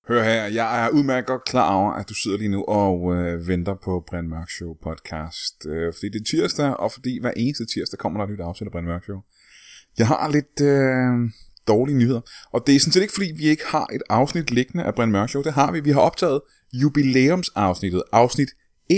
Hør her, jeg er udmærket godt klar over, at du sidder lige nu og venter på Brian Mørk Show podcast. Fordi det er tirsdag, og fordi hver eneste tirsdag kommer der et nyt afsnit af Brian Mørk Show. Jeg har lidt dårlige nyheder, og det er sådan set ikke fordi, vi ikke har et afsnit liggende af Brian Mørk Show. Det har vi. Vi har optaget jubilæumsafsnittet. Afsnit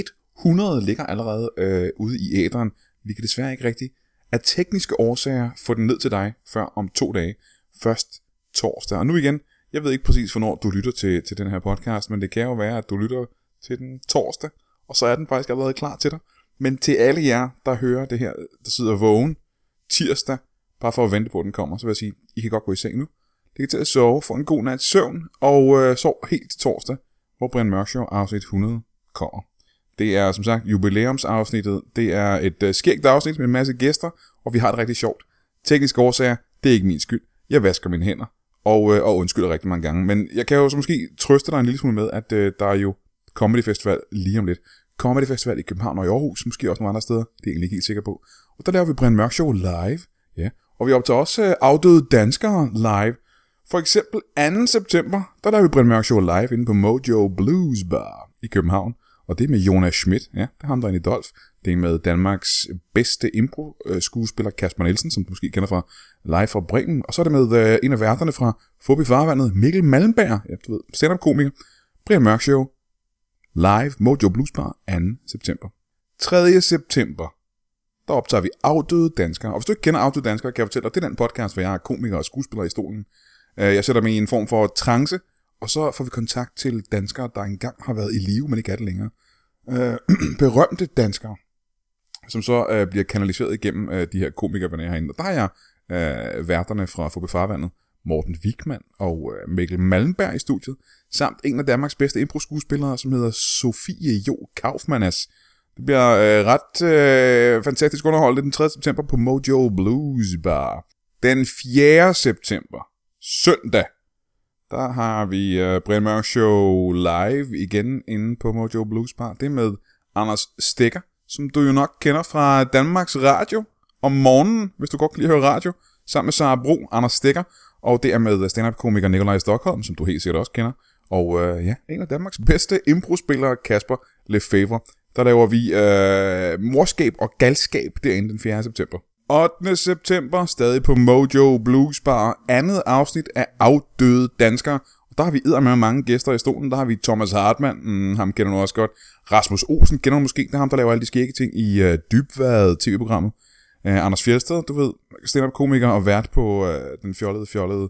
100 ligger allerede ude i æteren. Vi kan desværre ikke rigtig af tekniske årsager få den ned til dig før om 2 dage. Først torsdag. Og nu igen, jeg ved ikke præcis, hvornår du lytter til den her podcast, men det kan jo være, at du lytter til den torsdag, og så er den faktisk allerede klar til dig. Men til alle jer, der hører det her, der sidder vågen tirsdag, bare for at vente på, at den kommer, så vil jeg sige, I kan godt gå i seng nu. Læg til at sove, få en god nats søvn, og sov helt til torsdag, hvor Brian Mørk Show afsnit 100 kommer. Det er som sagt jubilæumsafsnittet. Det er et skægt afsnit med en masse gæster, og vi har det rigtig sjovt. Tekniske årsager, det er ikke min skyld. Jeg vasker mine hænder. Og undskylder rigtig mange gange. Men jeg kan jo så måske trøste dig en lille smule med, at der er jo Comedy Festival lige om lidt. Comedy Festival i København og i Aarhus, måske også nogle andre steder. Det er jeg egentlig ikke helt sikker på. Og der laver vi Brian Mørk Show live. Ja. Og vi optager også afdøde danskere live. For eksempel 2. september, der laver vi Brian Mørk Show live inde på Mojo Blues Bar i København. Og det er med Jonas Schmidt. Ja, det er ham, der er inde i Dolph. Det er med Danmarks bedste impro-skuespiller Kasper Nielsen, som du måske kender fra Live fra Bremen. Og så er det med en af værterne fra Fubi Farvandet, Mikkel Malmberg. Ja, du ved, stand-up-komiker. Brian Mørk Show. Live, Mojo Blues Bar, 2. september. 3. september, der optager vi afdøde danskere. Og hvis du ikke kender afdøde danskere, kan jeg fortælle dig, det er den podcast, hvor jeg er komiker og skuespiller i stolen. Jeg sætter mig i en form for trance, og så får vi kontakt til danskere, der engang har været i live, men ikke er det længere. Berømte danskere, som så bliver kanaliseret igennem de her komikere herinde. Og der har jeg værterne fra Fubi Farvandet, Morten Wigman og Mikkel Malmberg i studiet, samt en af Danmarks bedste impro-skuespillere, som hedder Sofie Jo Kaufmannas. Det bliver ret fantastisk underholdt den 3. september på Mojo Blues Bar. Den 4. september, søndag, der har vi Brian Mørk Show live igen inde på Mojo Blues Bar. Det er med Anders Stikker, som du jo nok kender fra Danmarks Radio om morgenen, hvis du godt kan lide at høre radio, sammen med Sara Bro, Anders Stikker. Og det er med stand-up-komiker Nikolaj Stockholm, som du helt sikkert også kender. Og en af Danmarks bedste impro-spillere, Kasper Lefevre. Der laver vi morskab og galskab derinde den 4. september. 8. september, stadig på Mojo Blues Bar, 2. afsnit af Afdøde Danskere. Og der har vi med mange gæster i stolen. Der har vi Thomas Hartmann, ham kender du også godt. Rasmus Olsen kender du måske, det er ham, der laver alle de skægge ting i Dybvad TV-programmet. Anders Fjeldsted, du ved, stand-up-komiker og vært på den fjollede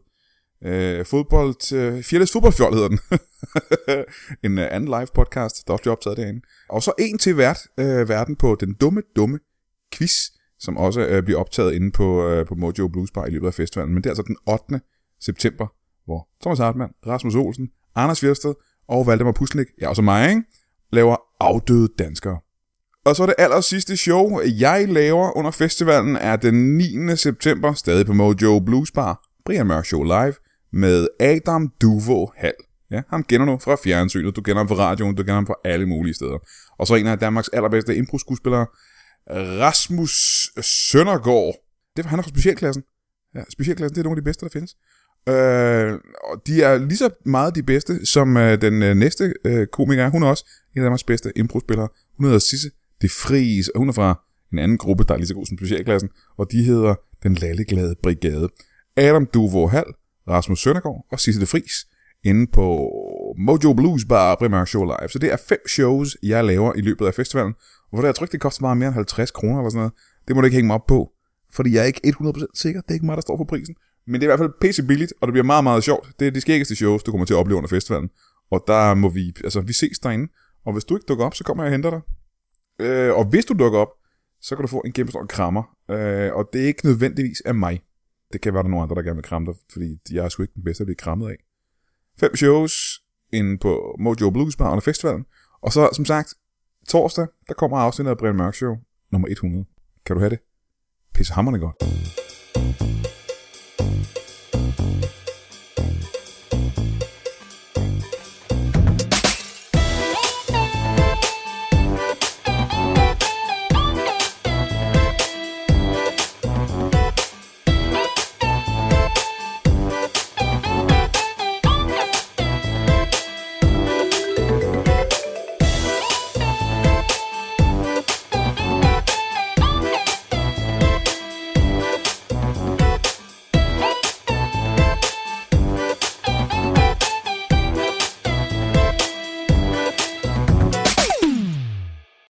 Fjelles Fodboldfjold hedder den. En anden live podcast, der også bliver optaget derinde. Og så en til verden på den dumme quiz, som også bliver optaget inde på Mojo Blues Bar i løbet af festivalen. Men det er altså den 8. september, hvor Thomas Hartmann, Rasmus Olsen, Anders Fjeldsted og Valdemar Puslik, ja og så mig, ikke, laver afdøde danskere. Og så det aller sidste show, jeg laver under festivalen, er den 9. september, stadig på Mojo Blues Bar, Brian Mørk Show live, med Adam Duvå Hall. Ja, ham kender du fra fjernsynet, du kender ham fra radioen, du kender ham fra alle mulige steder. Og så en af Danmarks allerbedste impro-skuespillere, Rasmus Søndergaard. Han er fra specialklassen. Ja, specialklassen, det er nogle af de bedste, der findes. Og de er lige så meget de bedste, som den næste komiker er. Hun er også en af Danmarks bedste impro-spillere. Hun hedder Sisse De Vries, og hun er fra en anden gruppe, der er lige så god som specialklassen. Og de hedder Den Lalleglade Brigade. Adam Duvå Hall, Rasmus Søndergaard og Sisse De Vries inde på Mojo Blues Bar, Brian Mørk Show live. Så det er 5 shows, jeg laver i løbet af festivalen. Og hvor jeg tror ikke, det koster meget mere end 50 kroner eller sådan noget. Det må du ikke hænge mig op på, fordi jeg er ikke 100% sikker. Det er ikke mig, der står for prisen. Men det er i hvert fald pisse billigt, og det bliver meget, meget sjovt. Det er de skæggeste shows, du kommer til at opleve under festivalen. Og der må vi ses derinde. Og hvis du ikke dukker op, så kommer jeg og henter dig. Og hvis du dukker op, så kan du få en kæmpe stor krammer. Og det er ikke nødvendigvis af mig. Det kan være, der er nogle andre, der gerne vil kramme dig, fordi jeg er sgu ikke den bedste at blive krammet af. 5 shows inde på Mojo Blues Bar under festivalen. Og så, som sagt, torsdag, der kommer afsnittet af Brian Mørk Show nummer 100. Kan du have det? Pissehammerende godt.